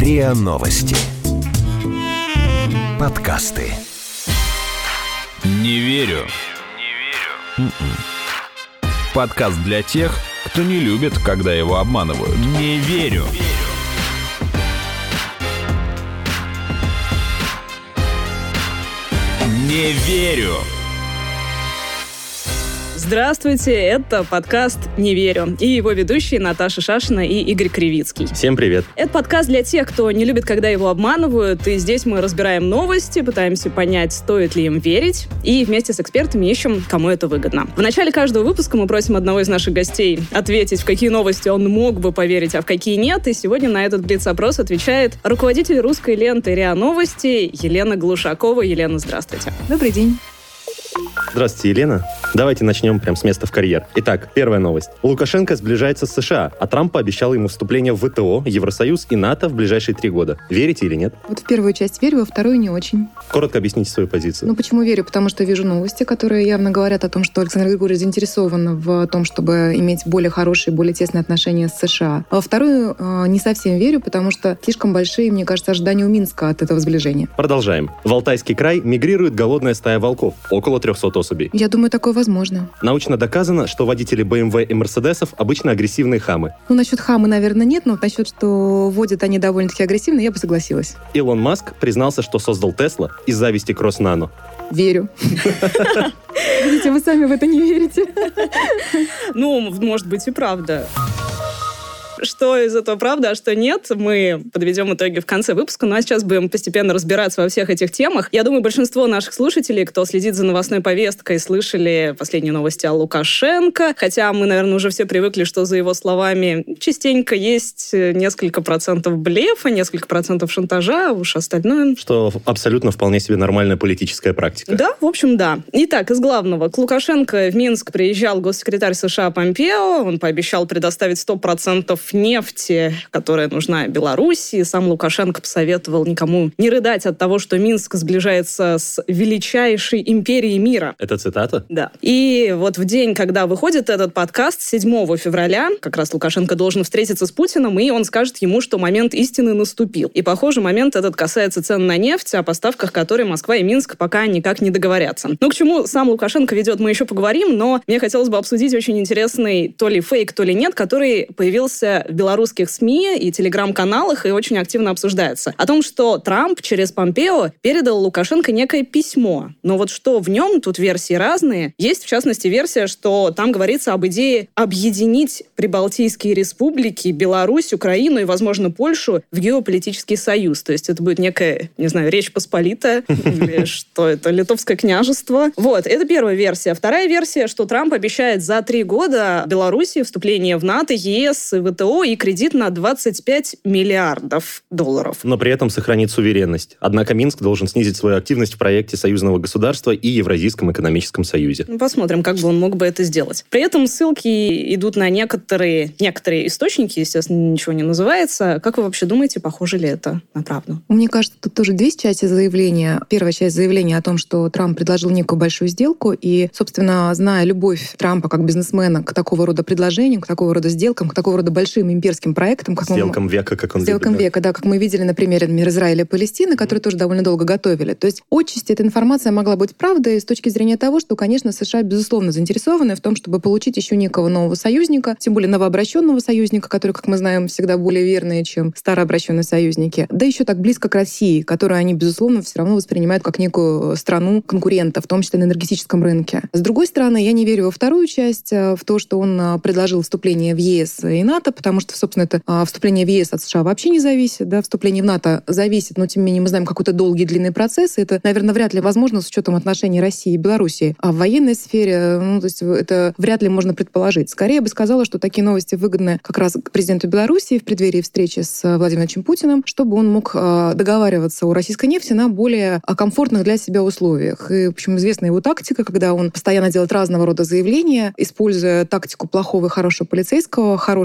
РИА Новости. Подкасты. Не верю. Подкаст для тех, кто не любит, когда его обманывают. Не верю. Не верю. Здравствуйте, это подкаст «Не верю» и его ведущие Наташа Шашина и Игорь Кривицкий. Всем привет. Это подкаст для тех, кто не любит, когда его обманывают, и здесь мы разбираем новости, пытаемся понять, стоит ли им верить, и вместе с экспертами ищем, кому это выгодно. В начале каждого выпуска мы просим одного из наших гостей ответить, в какие новости он мог бы поверить, а в какие нет, и сегодня на этот блиц-опрос отвечает руководитель русской ленты РИА Новости Елена Глушакова. Елена, здравствуйте. Добрый день. Здравствуйте, Елена. Давайте начнем прямо с места в карьер. Итак, первая новость. Лукашенко сближается с США, а Трамп пообещал ему вступление в ВТО, Евросоюз и НАТО в ближайшие 3 года. Верите или нет? Вот в первую часть верю, во вторую не очень. Коротко объясните свою позицию. Почему верю? Потому что вижу новости, которые явно говорят о том, что Александр Григорьевич заинтересован в том, чтобы иметь более хорошие, более тесные отношения с США. А во вторую не совсем верю, потому что слишком большие, мне кажется, ожидания у Минска от этого сближения. Продолжаем. В Алтайский край мигрирует голодная стая волков. Около 300 особей. Я думаю, такое возможно. Научно доказано, что водители BMW и Мерседесов обычно агрессивные хамы. Насчет хамы, наверное, нет, но насчет, что водят они довольно-таки агрессивно, я бы согласилась. Илон Маск признался, что создал Тесла из зависти к Роснано. Верю. Видите, вы сами в это не верите. Может быть и правда. Что из этого правда, а что нет, мы подведем итоги в конце выпуска. Ну а сейчас будем постепенно разбираться во всех этих темах. Я думаю, большинство наших слушателей, кто следит за новостной повесткой, слышали последние новости о Лукашенко. Хотя мы, наверное, уже все привыкли, что за его словами частенько есть несколько процентов блефа, несколько процентов шантажа, а уж остальное... Что абсолютно вполне себе нормальная политическая практика. Да, в общем, да. Итак, из главного. К Лукашенко в Минск приезжал госсекретарь США Помпео. Он пообещал предоставить 100% нефти, которая нужна Белоруссии. Сам Лукашенко посоветовал никому не рыдать от того, что Минск сближается с величайшей империей мира. Это цитата? Да. И вот в день, когда выходит этот подкаст, 7 февраля, как раз Лукашенко должен встретиться с Путиным, и он скажет ему, что момент истины наступил. И, похоже, момент этот касается цен на нефть, о поставках которой Москва и Минск пока никак не договорятся. К чему сам Лукашенко ведет, мы еще поговорим, но мне хотелось бы обсудить очень интересный то ли фейк, то ли нет, который появился в белорусских СМИ и телеграм-каналах и очень активно обсуждается. О том, что Трамп через Помпео передал Лукашенко некое письмо. Но вот что в нем, тут версии разные. Есть, в частности, версия, что там говорится об идее объединить прибалтийские республики, Беларусь, Украину и, возможно, Польшу в геополитический союз. То есть это будет некая, не знаю, Речь Посполитая или что это, Литовское княжество. Вот, это первая версия. Вторая версия, что Трамп обещает за 3 года Белоруссии вступление в НАТО, ЕС и ВТО и кредит на $25 миллиардов. Но при этом сохранит суверенность. Однако Минск должен снизить свою активность в проекте союзного государства и Евразийском экономическом союзе. Посмотрим, как бы он мог бы это сделать. При этом ссылки идут на некоторые источники, естественно, ничего не называется. Как вы вообще думаете, похоже ли это на правду? Мне кажется, тут тоже 2 части заявления. Первая часть заявления о том, что Трамп предложил некую большую сделку, и, собственно, зная любовь Трампа как бизнесмена к такого рода предложениям, к такого рода сделкам, к такого рода большим имперским проектам. Сделкам века, как он Сделкам любит. века, да, как мы видели на примере Израиля и Палестины, которые тоже довольно долго готовили. То есть отчасти эта информация могла быть правдой с точки зрения того, что, конечно, США, безусловно, заинтересованы в том, чтобы получить еще некого нового союзника, тем более новообращенного союзника, который, как мы знаем, всегда более верные, чем старообращенные союзники. Да еще так близко к России, которую они, безусловно, все равно воспринимают как некую страну конкурента, в том числе на энергетическом рынке. С другой стороны, я не верю во вторую часть, в то, что он предложил вступление в ЕС и НАТО, потому что, собственно, это вступление в ЕС от США вообще не зависит, да, вступление в НАТО зависит, но тем не менее мы знаем какой-то долгий, длинный процесс, и это, наверное, вряд ли возможно с учетом отношений России и Белоруссии. А в военной сфере, то есть это вряд ли можно предположить. Скорее, я бы сказала, что такие новости выгодны как раз президенту Белоруссии в преддверии встречи с Владимиром Путиным, чтобы он мог договариваться о российской нефти на более комфортных для себя условиях. И, в общем, известна его тактика, когда он постоянно делает разного рода заявления, используя тактику плохого и хорошего полицейского, хорошего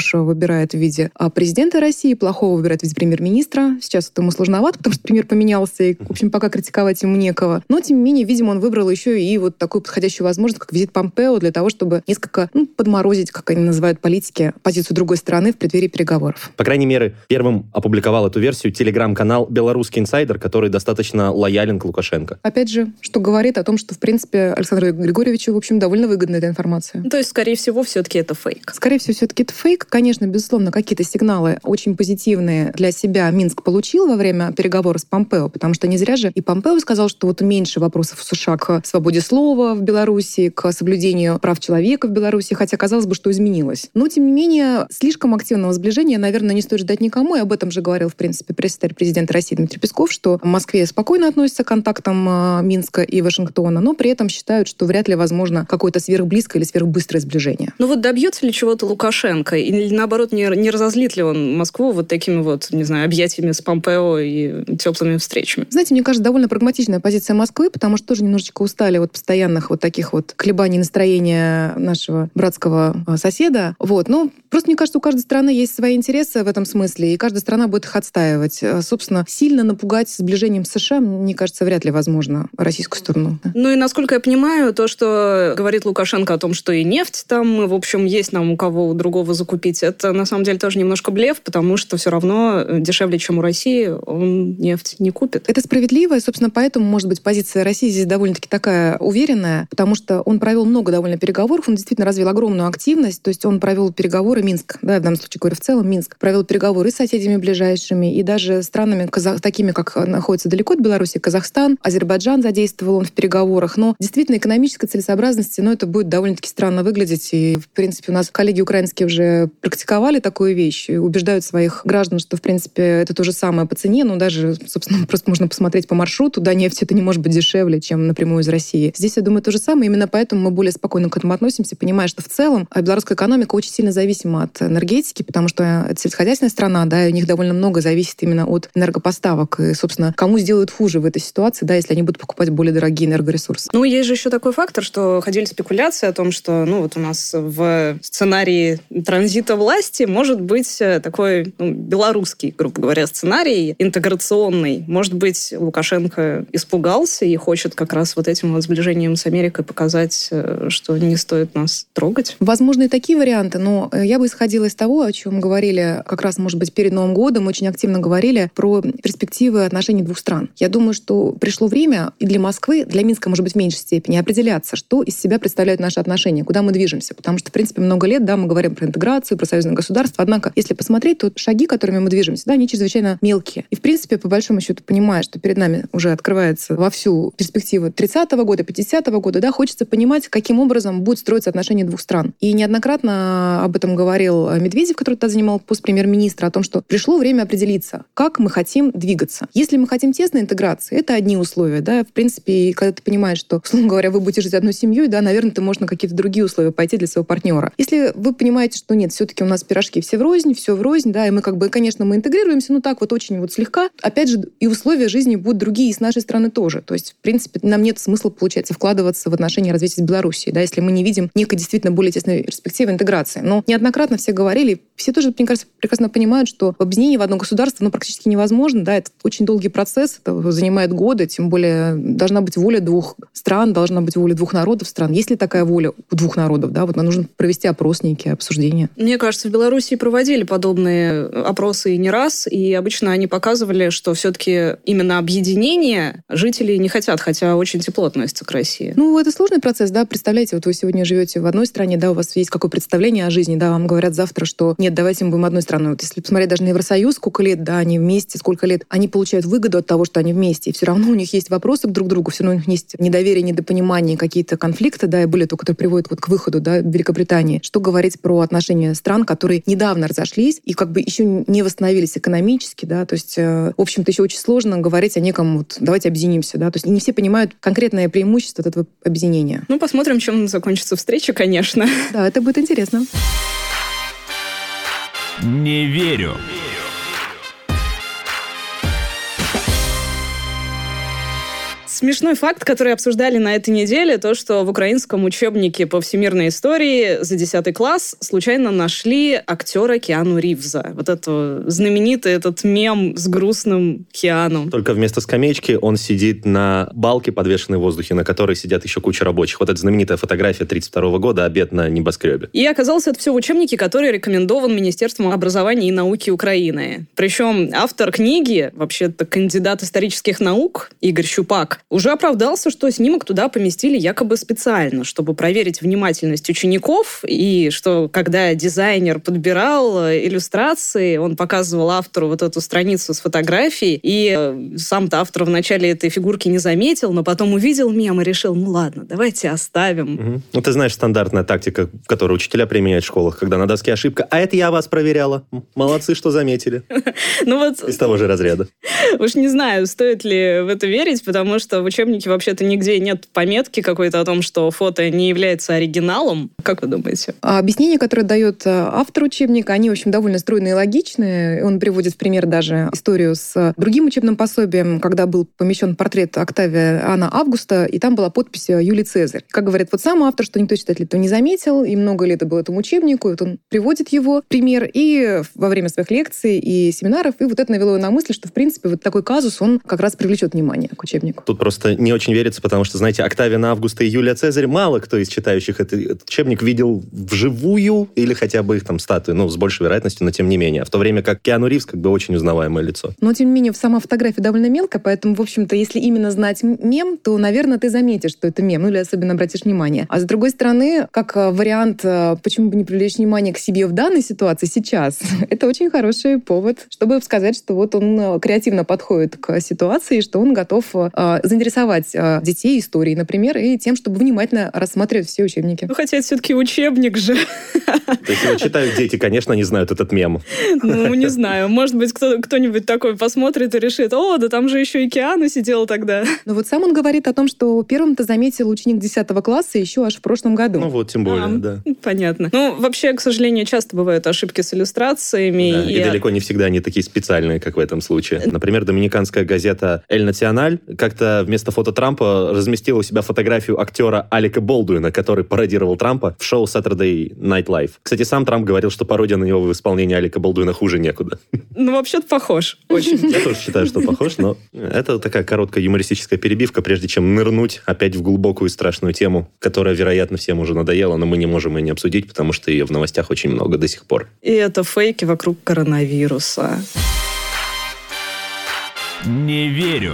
выбирает в виде президента России, плохого выбирает в виде премьер-министра. Сейчас это ему сложновато, потому что премьер поменялся, и, в общем, пока критиковать ему некого. Но, тем не менее, видимо, он выбрал еще и вот такую подходящую возможность, как визит Помпео, для того, чтобы несколько подморозить, как они называют политики, позицию другой стороны в преддверии переговоров. По крайней мере, первым опубликовал эту версию телеграм-канал «Белорусский инсайдер», который достаточно лоялен к Лукашенко. Опять же, что говорит о том, что, в принципе, Александру Григорьевичу, в общем, довольно выгодна эта информация. То есть, скорее всего, все-таки это фейк. Скорее всего, все-таки это фейк. Конечно, безусловно, какие-то сигналы очень позитивные для себя Минск получил во время переговоров с Помпео, потому что не зря же и Помпео сказал, что вот меньше вопросов в США к свободе слова в Беларуси, к соблюдению прав человека в Беларуси, хотя казалось бы, что изменилось. Но, тем не менее, слишком активного сближения, наверное, не стоит ждать никому, и об этом же говорил, в принципе, пресс-секретарь президента России Дмитрий Песков, что в Москве спокойно относятся к контактам Минска и Вашингтона, но при этом считают, что вряд ли возможно какое-то сверхблизкое или сверхбыстрое сближение. Ну вот добьется ли чего-то Лукашенко? Или, наоборот, не разозлит ли он Москву вот такими вот, не знаю, объятиями с Помпео и теплыми встречами? Знаете, мне кажется, довольно прагматичная позиция Москвы, потому что тоже немножечко устали от постоянных вот таких вот колебаний настроения нашего братского соседа. Вот. Но просто, мне кажется, у каждой страны есть свои интересы в этом смысле, и каждая страна будет их отстаивать. Собственно, сильно напугать сближением с США, мне кажется, вряд ли возможно российскую сторону. Ну и, насколько я понимаю, то, что говорит Лукашенко о том, что и нефть там, в общем, есть нам у кого у другого закупить, это на самом деле тоже немножко блеф, потому что все равно дешевле, чем у России, он нефть не купит. Это справедливо, и, собственно, поэтому, может быть, позиция России здесь довольно-таки такая уверенная, потому что он провел много довольно переговоров, он действительно развил огромную активность, то есть он провел переговоры, Минск, да, в данном случае говорю в целом, Минск, провел переговоры с соседями ближайшими, и даже странами, такими, как находятся далеко от Беларуси, Казахстан, Азербайджан задействовал он в переговорах, но действительно экономической целесообразности, это будет довольно-таки странно выглядеть, и, в принципе, у нас коллеги украинские уже практиковали такую вещь, и убеждают своих граждан, что, в принципе, это то же самое по цене, но даже, собственно, просто можно посмотреть по маршруту, да, нефть это не может быть дешевле, чем напрямую из России. Здесь, я думаю, то же самое, именно поэтому мы более спокойно к этому относимся, понимая, что в целом белорусская экономика очень сильно зависима от энергетики, потому что это сельскохозяйственная страна, да, и у них довольно много зависит именно от энергопоставок. И, собственно, кому сделают хуже в этой ситуации, да, если они будут покупать более дорогие энергоресурсы. Ну, есть же еще такой фактор, что ходили спекуляции о том, что, вот у нас в сценарии транзита власти может быть такой, белорусский, грубо говоря, сценарий, интеграционный. Может быть, Лукашенко испугался и хочет как раз вот этим вот сближением с Америкой показать, что не стоит нас трогать? Возможно, и такие варианты, но я бы исходила из того, о чем говорили как раз, может быть, перед Новым годом, очень активно говорили про перспективы отношений двух стран. Я думаю, что пришло время и для Москвы, для Минска, может быть, в меньшей степени, определяться, что из себя представляют наши отношения, куда мы движемся. Потому что, в принципе, много лет, да, мы говорим про интеграцию, про союзное государство. Однако, если посмотреть, то шаги, которыми мы движемся, да, они чрезвычайно мелкие. И, в принципе, по большому счету, понимая, что перед нами уже открывается вовсю перспектива 30-го года, 50-го года, да, хочется понимать, каким образом будут строиться отношения двух стран. И неоднократно об этом говорил Медведев, который тогда занимал пост премьер-министра, о том, что пришло время определиться, как мы хотим двигаться. Если мы хотим тесной интеграции, это одни условия, да, в принципе, когда ты понимаешь, что, условно говоря, вы будете жить одной семьей, да, наверное, ты можешь на какие-то другие условия пойти для своего партнера. Если вы понимаете, что нет, все-таки у нас пирожки все врознь, да, и мы конечно, мы интегрируемся, так вот очень вот слегка, опять же, и условия жизни будут другие и с нашей стороны тоже. То есть, в принципе, нам нет смысла, получается, вкладываться в отношения развития с Белоруссией, да, если мы не видим некой действительно более тесной перспективы интеграции. Но неоднократно все говорили, все тоже, мне кажется, прекрасно понимают, что объединение в одно государство, практически невозможно, да, это очень долгий процесс, это занимает годы, тем более должна быть воля двух стран, должна быть воля двух народов стран. Есть ли такая воля у двух народов, да, нам нужно провести опросники, обсуждения. Мне кажется, в Беларуси проводили подобные опросы не раз, и обычно они показывали, что все-таки именно объединение жители не хотят, хотя очень тепло относятся к России. Это сложный процесс, да, представляете, вот вы сегодня живете в одной стране, да, у вас есть какое представление о жизни, да, вам говорят завтра, что нет, давайте мы будем одной страной. Вот если посмотреть даже на Евросоюз, сколько лет, да, они вместе, сколько лет, они получают выгоду от того, что они вместе, и все равно у них есть вопросы друг к другу, все равно у них есть недоверие, недопонимание, какие-то конфликты, да, и более того, которые приводят к выходу, да, Великобритании. Что говорить про отношения стран, которые недавно разошлись и еще не восстановились экономически, да, то есть, в общем-то, еще очень сложно говорить о неком давайте объединимся, да, то есть не все понимают конкретное преимущество от этого объединения. Посмотрим, чем закончится встреча, конечно. Да, это будет интересно. Не верю. Смешной факт, который обсуждали на этой неделе, то, что в украинском учебнике по всемирной истории за 10 класс случайно нашли актера Киану Ривза. Вот знаменитый этот мем с грустным Киану. Только вместо скамеечки он сидит на балке, подвешенной в воздухе, на которой сидят еще куча рабочих. Вот эта знаменитая фотография 1932 года «Обед на небоскребе». И оказалось, это все в учебнике, который рекомендован Министерством образования и науки Украины. Причем автор книги, вообще-то кандидат исторических наук Игорь Щупак, уже оправдался, что снимок туда поместили якобы специально, чтобы проверить внимательность учеников, и что когда дизайнер подбирал иллюстрации, он показывал автору вот эту страницу с фотографией, и сам-то автор вначале этой фигурки не заметил, но потом увидел мем и решил, ну ладно, давайте оставим. Угу. Ну, ты знаешь, стандартная тактика, которую учителя применяют в школах, когда на доске ошибка, а это я вас проверяла. Молодцы, что заметили. Ну вот... Из того же разряда. Уж не знаю, стоит ли в это верить, потому что в учебнике вообще-то нигде нет пометки какой-то о том, что фото не является оригиналом. Как вы думаете? Объяснения, которые дает автор учебника, они, в общем, довольно стройные и логичные. Он приводит в пример даже историю с другим учебным пособием, когда был помещен портрет Октавиана Августа, и там была подпись Юлий Цезарь. Как говорит вот сам автор, что никто читатель этого не заметил, и много лет было этому учебнику, и вот он приводит его в пример и во время своих лекций и семинаров, и вот это навело его на мысль, что, в принципе, вот такой казус, он как раз привлечет внимание к учебнику. Тут просто не очень верится, потому что, знаете, Октавиана Августа и Юлия Цезарь, мало кто из читающих этот учебник видел вживую или хотя бы их там статуи, ну, с большей вероятностью, но тем не менее. В то время как Киану Ривз как бы очень узнаваемое лицо. Но, тем не менее, сама фотография довольно мелкая, поэтому, в общем-то, если именно знать мем, то, наверное, ты заметишь, что это мем, ну, или особенно обратишь внимание. А с другой стороны, как вариант, почему бы не привлечь внимание к себе в данной ситуации сейчас, это очень хороший повод, чтобы сказать, что вот он креативно подходит к ситуации, что он готов заинтересовать детей историей, например, и тем, чтобы внимательно рассматривать все учебники. Ну, хотя это все-таки учебник же. То есть его читают дети, конечно, не знают этот мем. Ну, не знаю. Может быть, кто-нибудь такой посмотрит и решит, о, да там же еще и Киану сидел тогда. Но вот сам он говорит о том, что первым-то заметил ученик 10 класса еще аж в прошлом году. Ну вот, тем более, да. Понятно. Ну, вообще, к сожалению, часто бывают ошибки с иллюстрациями. Да, и далеко не всегда они такие специальные, как в этом случае. Например, доминиканская газета «Эль Националь» как-то вместо фото Трампа разместила у себя фотографию актера Алека Болдуина, который пародировал Трампа в шоу Saturday Night Live. Кстати, сам Трамп говорил, что пародия на него в исполнении Алека Болдуина хуже некуда. Ну, вообще-то похож. Очень. Я тоже считаю, что похож, но это такая короткая юмористическая перебивка, прежде чем нырнуть опять в глубокую и страшную тему, которая, вероятно, всем уже надоела, но мы не можем ее не обсудить, потому что ее в новостях очень много до сих пор. И это фейки вокруг коронавируса. Не верю.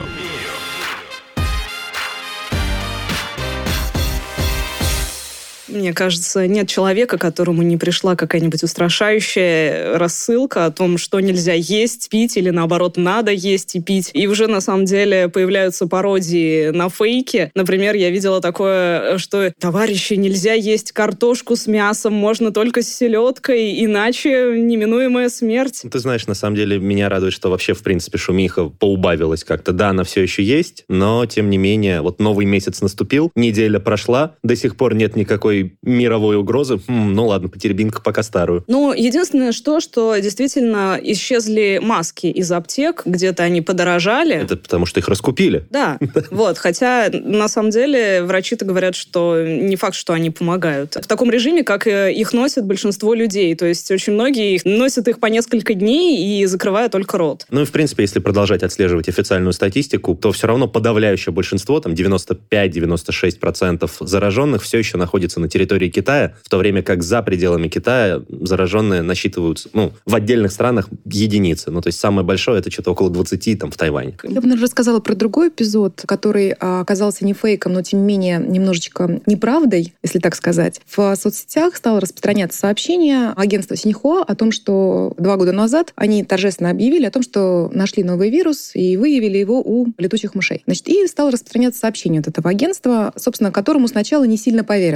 Мне кажется, нет человека, которому не пришла какая-нибудь устрашающая рассылка о том, что нельзя есть, пить, или наоборот, надо есть и пить. И уже, на самом деле, появляются пародии на фейки. Например, я видела такое, что товарищи, нельзя есть картошку с мясом, можно только с селедкой, иначе неминуемая смерть. Ты знаешь, на самом деле, меня радует, что вообще, в принципе, шумиха поубавилась как-то. Да, она все еще есть, но, тем не менее, вот новый месяц наступил, неделя прошла, до сих пор нет никакой мировой угрозы. Ну ладно, потеребинка пока старую. Ну, единственное, что действительно исчезли маски из аптек, где-то они подорожали. Это потому, что их раскупили. Да, вот. Хотя, на самом деле, врачи-то говорят, что не факт, что они помогают. В таком режиме, как их носит большинство людей. То есть очень многие носят их по несколько дней и закрывая только рот. Ну и, в принципе, если продолжать отслеживать официальную статистику, то все равно подавляющее большинство, там 95-96% зараженных все еще находится на территории Китая, в то время как за пределами Китая зараженные насчитываются, в отдельных странах единицы. То есть самое большое это что-то около 20 там в Тайване. Я бы, наверное, рассказала про другой эпизод, который оказался не фейком, но, тем не менее, немножечко неправдой, если так сказать. В соцсетях стало распространяться сообщение агентства Синьхуа о том, что 2 года назад они торжественно объявили о том, что нашли новый вирус и выявили его у летучих мышей. И стало распространяться сообщение от этого агентства, собственно, которому сначала не сильно поверилось. Но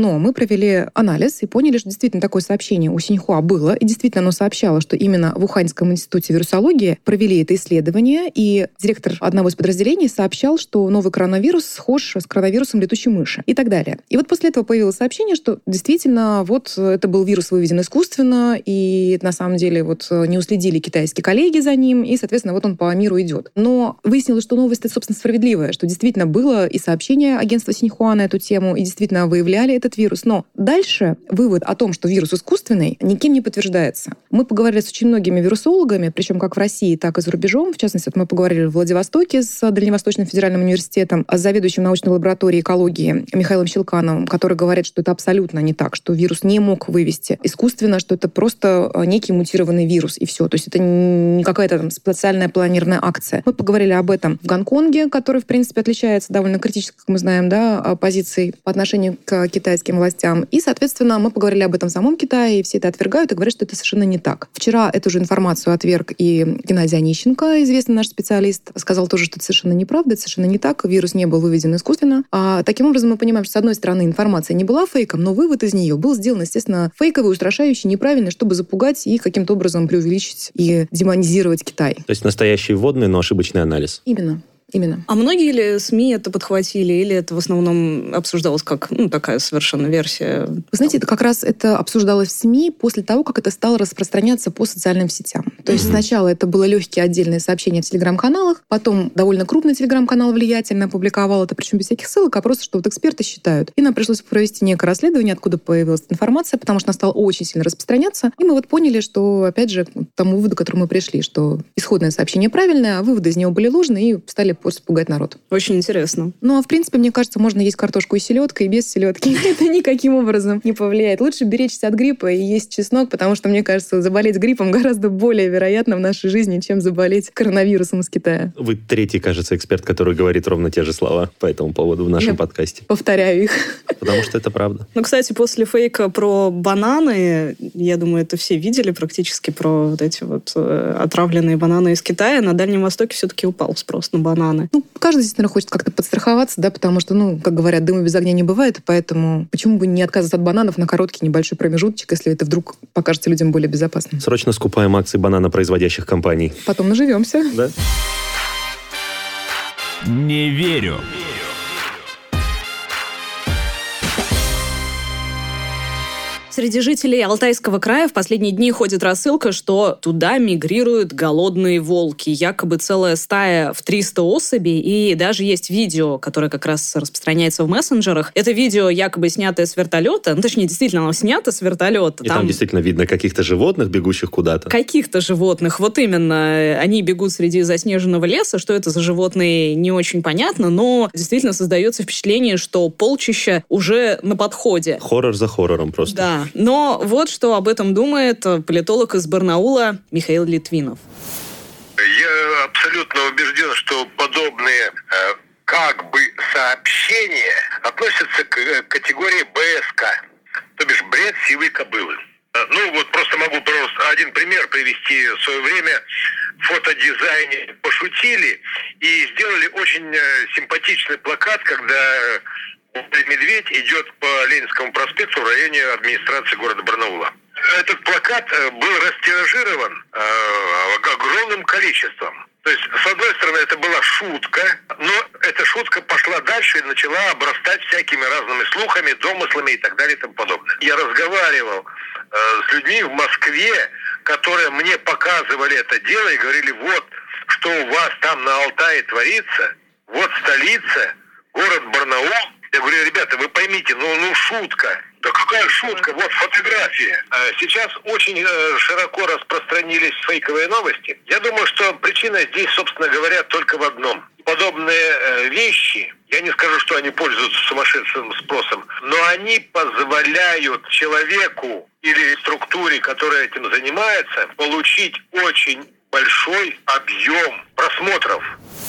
Но мы провели анализ и поняли, что действительно такое сообщение у Синьхуа было, и действительно оно сообщало, что именно в Уханьском институте вирусологии провели это исследование, и директор одного из подразделений сообщал, что новый коронавирус схож с коронавирусом летучей мыши и так далее. И вот после этого появилось сообщение, что действительно вот это был вирус выведен искусственно, и на самом деле вот не уследили китайские коллеги за ним, и, соответственно, вот он по миру идет. Но выяснилось, что новость, собственно, справедливая, что действительно было и сообщение агентства Синьхуа на эту тему, и действительно выявляли этот вирус. Но дальше вывод о том, что вирус искусственный, никем не подтверждается. Мы поговорили с очень многими вирусологами, причем как в России, так и за рубежом. В частности, мы поговорили в Владивостоке с Дальневосточным федеральным университетом, с заведующим научной лабораторией экологии Михаилом Щелкановым, который говорит, что это абсолютно не так, что вирус не мог вывести искусственно, что это просто некий мутированный вирус, и все. То есть это не какая-то там специальная планированная акция. Мы поговорили об этом в Гонконге, который, в принципе, отличается довольно критически, как мы знаем, да, позицией по отношению к китайским властям. И, соответственно, мы поговорили об этом в самом Китае, и все это отвергают и говорят, что это совершенно не так. Вчера эту же информацию отверг и Геннадий Онищенко, известный наш специалист, сказал тоже, что это совершенно неправда, это совершенно не так, вирус не был выведен искусственно. Таким образом, мы понимаем, что, с одной стороны, информация не была фейком, но вывод из нее был сделан, естественно, фейковый, устрашающий, неправильный, чтобы запугать и каким-то образом преувеличить и демонизировать Китай. То есть настоящий вводный, но ошибочный анализ. Именно. А многие ли СМИ это подхватили, или это в основном обсуждалось как такая совершенно версия? Вы знаете, это как раз это обсуждалось в СМИ после того, как это стало распространяться по социальным сетям. То есть сначала это было легкие отдельные сообщения в телеграм-каналах, потом довольно крупный телеграм-канал влиятельно опубликовал это, причем без всяких ссылок, а просто, что вот эксперты считают. И нам пришлось провести некое расследование, откуда появилась эта информация, потому что она стала очень сильно распространяться. И мы вот поняли, что, опять же, к тому выводу, к которому мы пришли, что исходное сообщение правильное, а выводы из него были ложные, и стали просто пугать народ. Очень интересно. Ну, а в принципе, мне кажется, можно есть картошку и селедкой, и без селедки. Это никаким образом не повлияет. Лучше беречься от гриппа и есть чеснок, потому что, мне кажется, заболеть гриппом гораздо более вероятно в нашей жизни, чем заболеть коронавирусом из Китая. Вы третий, кажется, эксперт, который говорит ровно те же слова по этому поводу в нашем подкасте. Повторяю их. Потому что это правда. Ну, кстати, после фейка про бананы, я думаю, это все видели практически, про вот эти вот отравленные бананы из Китая, на Дальнем Востоке все-таки упал спрос на бананы. Ну, каждый, действительно, хочет как-то подстраховаться, да, потому что, как говорят, дыма без огня не бывает, поэтому почему бы не отказываться от бананов на короткий небольшой промежуточек, если это вдруг покажется людям более безопасным. Срочно скупаем акции бананопроизводящих компаний. Потом наживемся. Да. Не верю. Среди жителей Алтайского края в последние дни ходит рассылка, что туда мигрируют голодные волки. Якобы целая стая в 300 особей. И даже есть видео, которое как раз распространяется в мессенджерах. Это видео якобы снятое с вертолета. Ну, точнее, действительно, оно снято с вертолета. И там действительно видно каких-то животных, бегущих куда-то. Каких-то животных. Вот именно. Они бегут среди заснеженного леса. Что это за животные, не очень понятно. Но действительно создается впечатление, что полчища уже на подходе. Хоррор за хоррором просто. Да. Но вот что об этом думает политолог из Барнаула Михаил Литвинов. Я абсолютно убежден, что подобные как бы сообщения относятся к категории БСК, то бишь бред сивой кобылы. Ну вот просто могу один пример привести. В свое время в фотодизайне пошутили и сделали очень симпатичный плакат, когда медведь идет по Ленинскому проспекту в районе администрации города Барнаула. Этот плакат был растиражирован огромным количеством. То есть, с одной стороны, это была шутка, но эта шутка пошла дальше и начала обрастать всякими разными слухами, домыслами и так далее и тому подобное. Я разговаривал с людьми в Москве, которые мне показывали это дело и говорили, вот, что у вас там на Алтае творится, вот столица, город Барнаул. Я говорю, ребята, вы поймите, шутка. Да какая шутка, вот фотография. Сейчас очень широко распространились фейковые новости. Я думаю, что причина здесь, собственно говоря, только в одном. Подобные вещи, я не скажу, что они пользуются сумасшедшим спросом, но они позволяют человеку или структуре, которая этим занимается, получить очень большой объем просмотров.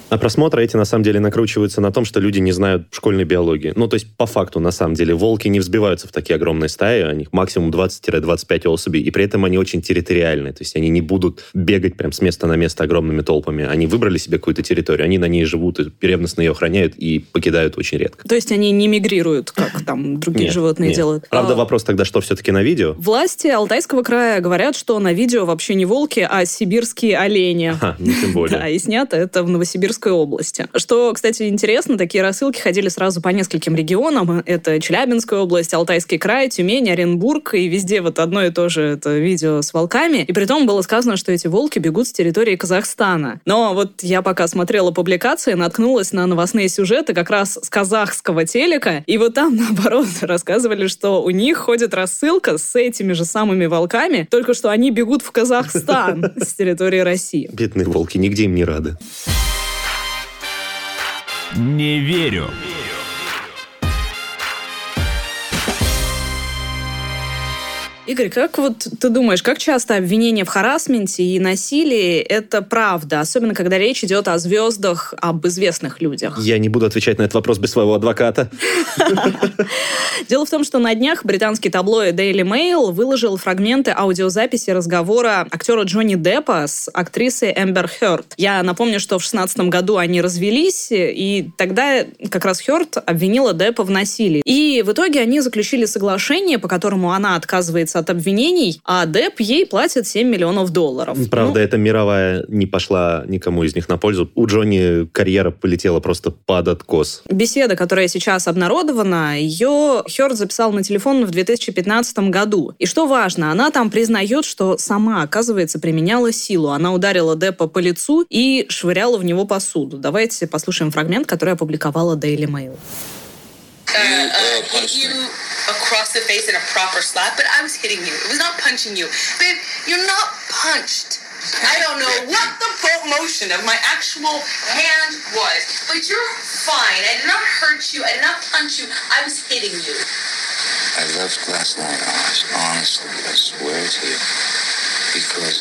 А просмотры эти, на самом деле, накручиваются на том, что люди не знают школьной биологии. Ну, то есть, по факту, на самом деле, волки не взбиваются в такие огромные стаи, у них максимум 20-25 особей, и при этом они очень территориальные, то есть они не будут бегать прям с места на место огромными толпами. Они выбрали себе какую-то территорию, они на ней живут, и ревностно ее охраняют и покидают очень редко. То есть они не мигрируют, как там другие животные делают? Правда, вопрос тогда, что все-таки на видео? Власти Алтайского края говорят, что на видео вообще не волки, а сибирские олени. Ну, тем более. Да, и снято это в Новосибирской области. Что, кстати, интересно, такие рассылки ходили сразу по нескольким регионам. Это Челябинская область, Алтайский край, Тюмень, Оренбург. И везде вот одно и то же это видео с волками. И при том было сказано, что эти волки бегут с территории Казахстана. Но вот я пока смотрела публикации, наткнулась на новостные сюжеты как раз с казахского телека. И вот там, наоборот, рассказывали, что у них ходит рассылка с этими же самыми волками, только что они бегут в Казахстан с территории России. Бедные волки, нигде им не рады. Не верю. Игорь, как вот ты думаешь, как часто обвинения в харассменте и насилии — это правда, особенно когда речь идет о звездах, об известных людях? Я не буду отвечать на этот вопрос без своего адвоката. Дело в том, что на днях британский таблоид Daily Mail выложил фрагменты аудиозаписи разговора актера Джонни Деппа с актрисой Эмбер Хёрд. Я напомню, что в 2016 году они развелись, и тогда как раз Хёрд обвинила Деппа в насилии. И в итоге они заключили соглашение, по которому она отказывается от обвинений, а Депп ей платит $7 миллионов. Правда, эта мировая не пошла никому из них на пользу. У Джонни карьера полетела просто под откос. Беседа, которая сейчас обнародована, ее Хёрд записал на телефон в 2015 году. И что важно, она там признает, что сама, оказывается, применяла силу. Она ударила Деппа по лицу и швыряла в него посуду. Давайте послушаем фрагмент, который опубликовала Daily Mail. Hit you across the face in a proper slap, but I was hitting you. It was not punching you. Babe, you're not punched. I don't know what the motion of my actual hand was, but you're fine. I did not hurt you. I did not punch you. I was hitting you. I left last night, honestly, I swear to you, because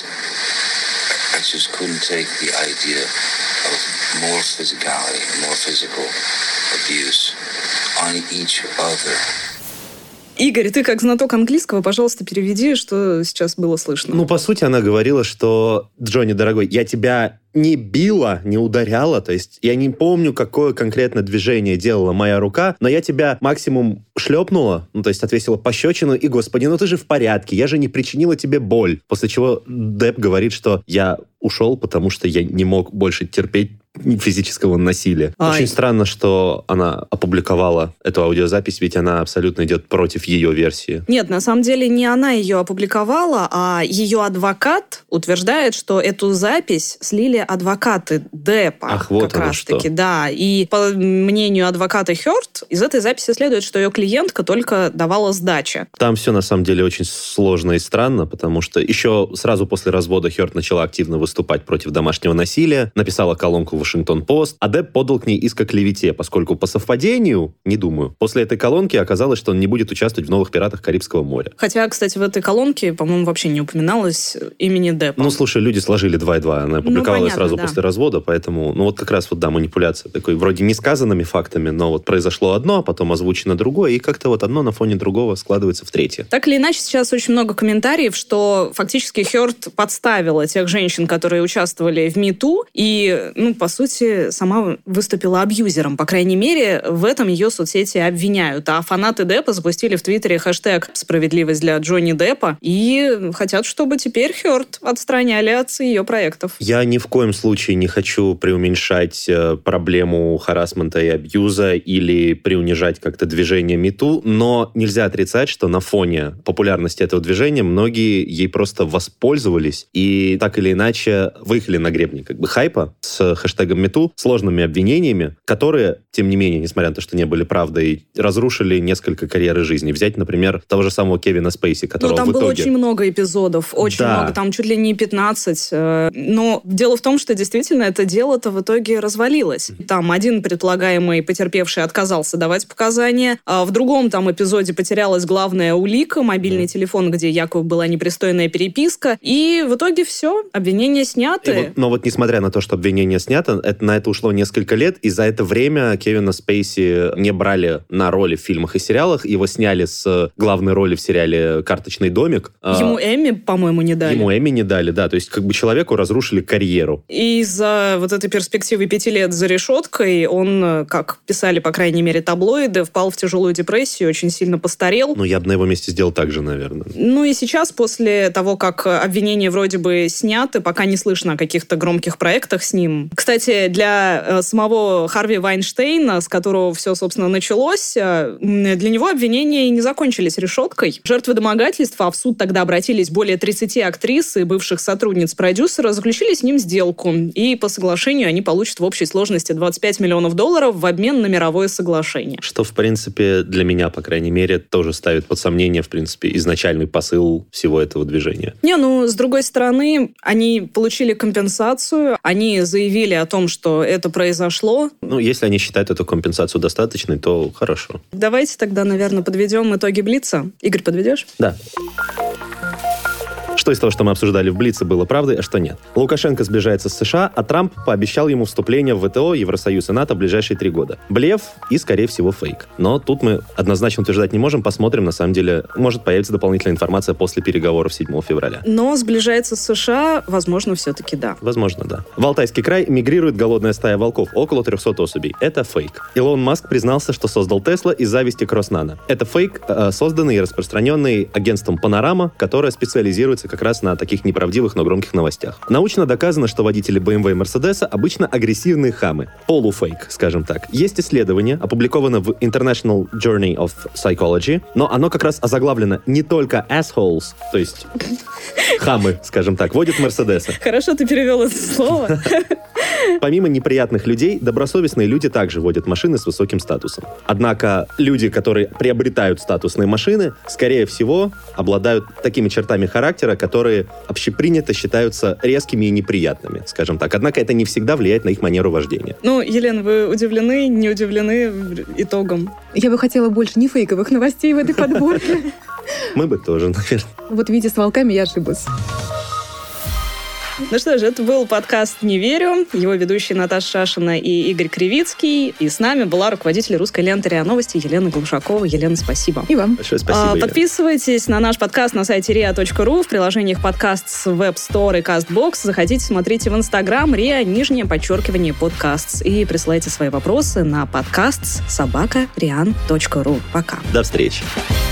I just couldn't take the idea of more physicality, more physical abuse on each other. Игорь, ты как знаток английского, пожалуйста, переведи, что сейчас было слышно. Ну, по сути, она говорила, что, Джонни, дорогой, я тебя не била, не ударяла, то есть я не помню, какое конкретно движение делала моя рука, но я тебя максимум шлепнула, ну, то есть отвесила пощечину, и, господи, ну ты же в порядке, я же не причинила тебе боль. После чего Депп говорит, что я ушел, потому что я не мог больше терпеть физического насилия. Очень странно, что она опубликовала эту аудиозапись, ведь она абсолютно идет против ее версии. Нет, на самом деле не она ее опубликовала, а ее адвокат утверждает, что эту запись слили адвокаты Деппа. Ах, вот как раз-таки, да. И по мнению адвоката Хёрд, из этой записи следует, что ее клиентка только давала сдачи. Там все на самом деле очень сложно и странно, потому что еще сразу после развода Хёрд начала активно выступать против домашнего насилия, написала колонку в Вашингтон-Пост, а Депп подал к ней иск о клевете, поскольку по совпадению, не думаю, после этой колонки оказалось, что он не будет участвовать в «Новых пиратах Карибского моря». Хотя, кстати, в этой колонке, по-моему, вообще не упоминалось имени Деппа. Ну, слушай, люди сложили 2 и 2. Она опубликовала сразу да. после развода, поэтому, ну, вот как раз вот, да, манипуляция такой, вроде несказанными фактами, но вот произошло одно, а потом озвучено другое, и как-то вот одно на фоне другого складывается в третье. Так или иначе, сейчас очень много комментариев, что фактически Хёрд подставила тех женщин, которые участвовали в МИТУ, и, ну, по сути, сама выступила абьюзером. По крайней мере, в этом ее соцсети обвиняют. А фанаты Деппа запустили в Твиттере хэштег «Справедливость для Джонни Деппа» и хотят, чтобы теперь Хёрд отстраняли от ее проектов. Я ни в коем случае не хочу преуменьшать проблему харассмента и абьюза или приунижать как-то движение МИТУ, но нельзя отрицать, что на фоне популярности этого движения многие ей просто воспользовались и так или иначе выехали на гребни как бы хайпа с хэштегом МИТУ, сложными обвинениями, которые, тем не менее, несмотря на то, что не были правдой, разрушили несколько карьер и жизни. Взять, например, того же самого Кевина Спейси, которого там в итоге... было очень много эпизодов, очень много, там чуть ли не 15. Но дело в том, что действительно это дело-то в итоге развалилось. Там один предполагаемый потерпевший отказался давать показания, а в другом там эпизоде потерялась главная улика, мобильный телефон, где якобы была непристойная переписка, и в итоге все, обвинения сняты. Но вот несмотря на то, что обвинение снято, момента. На это ушло несколько лет, и за это время Кевина Спейси не брали на роли в фильмах и сериалах. Его сняли с главной роли в сериале «Карточный домик». Ему Эмми, по-моему, не дали. Ему Эмми не дали, да. То есть как бы человеку разрушили карьеру. И из-за вот этой перспективы 5 лет за решеткой он, как писали, по крайней мере, таблоиды, впал в тяжелую депрессию, очень сильно постарел. Ну, я бы на его месте сделал так же, наверное. Ну и сейчас, после того, как обвинения вроде бы сняты, пока не слышно о каких-то громких проектах с ним. Кстати, для самого Харви Вайнштейна, с которого все, собственно, началось, для него обвинения не закончились решеткой. Жертвы домогательства, а в суд тогда обратились более 30 актрис и бывших сотрудниц продюсера, заключили с ним сделку. И по соглашению они получат в общей сложности $25 миллионов в обмен на мировое соглашение. Что, в принципе, для меня, по крайней мере, тоже ставит под сомнение, в принципе, изначальный посыл всего этого движения. Не, ну, с другой стороны, они получили компенсацию, они заявили о том, что это произошло. Ну, если они считают эту компенсацию достаточной, то хорошо. Давайте тогда, наверное, подведем итоги Блица. Игорь, подведешь? Да. Что из того, что мы обсуждали в Блице, было правдой, а что нет? Лукашенко сближается с США, а Трамп пообещал ему вступление в ВТО, Евросоюз и НАТО в ближайшие 3 года. Блеф и, скорее всего, фейк. Но тут мы однозначно утверждать не можем. Посмотрим, на самом деле, может появиться дополнительная информация после переговоров 7 февраля. Но сближается с США, возможно, все-таки да. Возможно, да. В Алтайский край мигрирует голодная стая волков, около 300 особей. Это фейк. Илон Маск признался, что создал Тесла из зависти к Роснано. Это фейк, созданный и распространенный агентством Панорама, которое специализируется как раз на таких неправдивых, но громких новостях. Научно доказано, что водители BMW и Mercedes обычно агрессивные хамы. Полуфейк, скажем так. Есть исследование, опубликовано в International Journey of Psychology, но оно как раз озаглавлено не только assholes, то есть хамы, скажем так, водят Мерседесы. Хорошо ты перевел это слово. Помимо неприятных людей, добросовестные люди также водят машины с высоким статусом. Однако люди, которые приобретают статусные машины, скорее всего, обладают такими чертами характера, которые общепринято считаются резкими и неприятными, скажем так. Однако это не всегда влияет на их манеру вождения. Ну, Елена, вы удивлены, не удивлены итогом? Я бы хотела больше не фейковых новостей в этой подборке. Мы бы тоже, наверное. Вот видите, с волками я ошиблась. Ну что же, это был подкаст «Не верю». Его ведущие Наташа Шашина и Игорь Кривицкий. И с нами была руководитель русской ленты РИА Новости Елена Глушакова. Елена, спасибо. И вам. Большое спасибо, подписывайтесь на наш подкаст на сайте ria.ru, в приложениях подкаст с Web Store и CastBox. Заходите, смотрите в Instagram ria_, подкастс. И присылайте свои вопросы на подкастс@rian.ru. Пока. До встречи.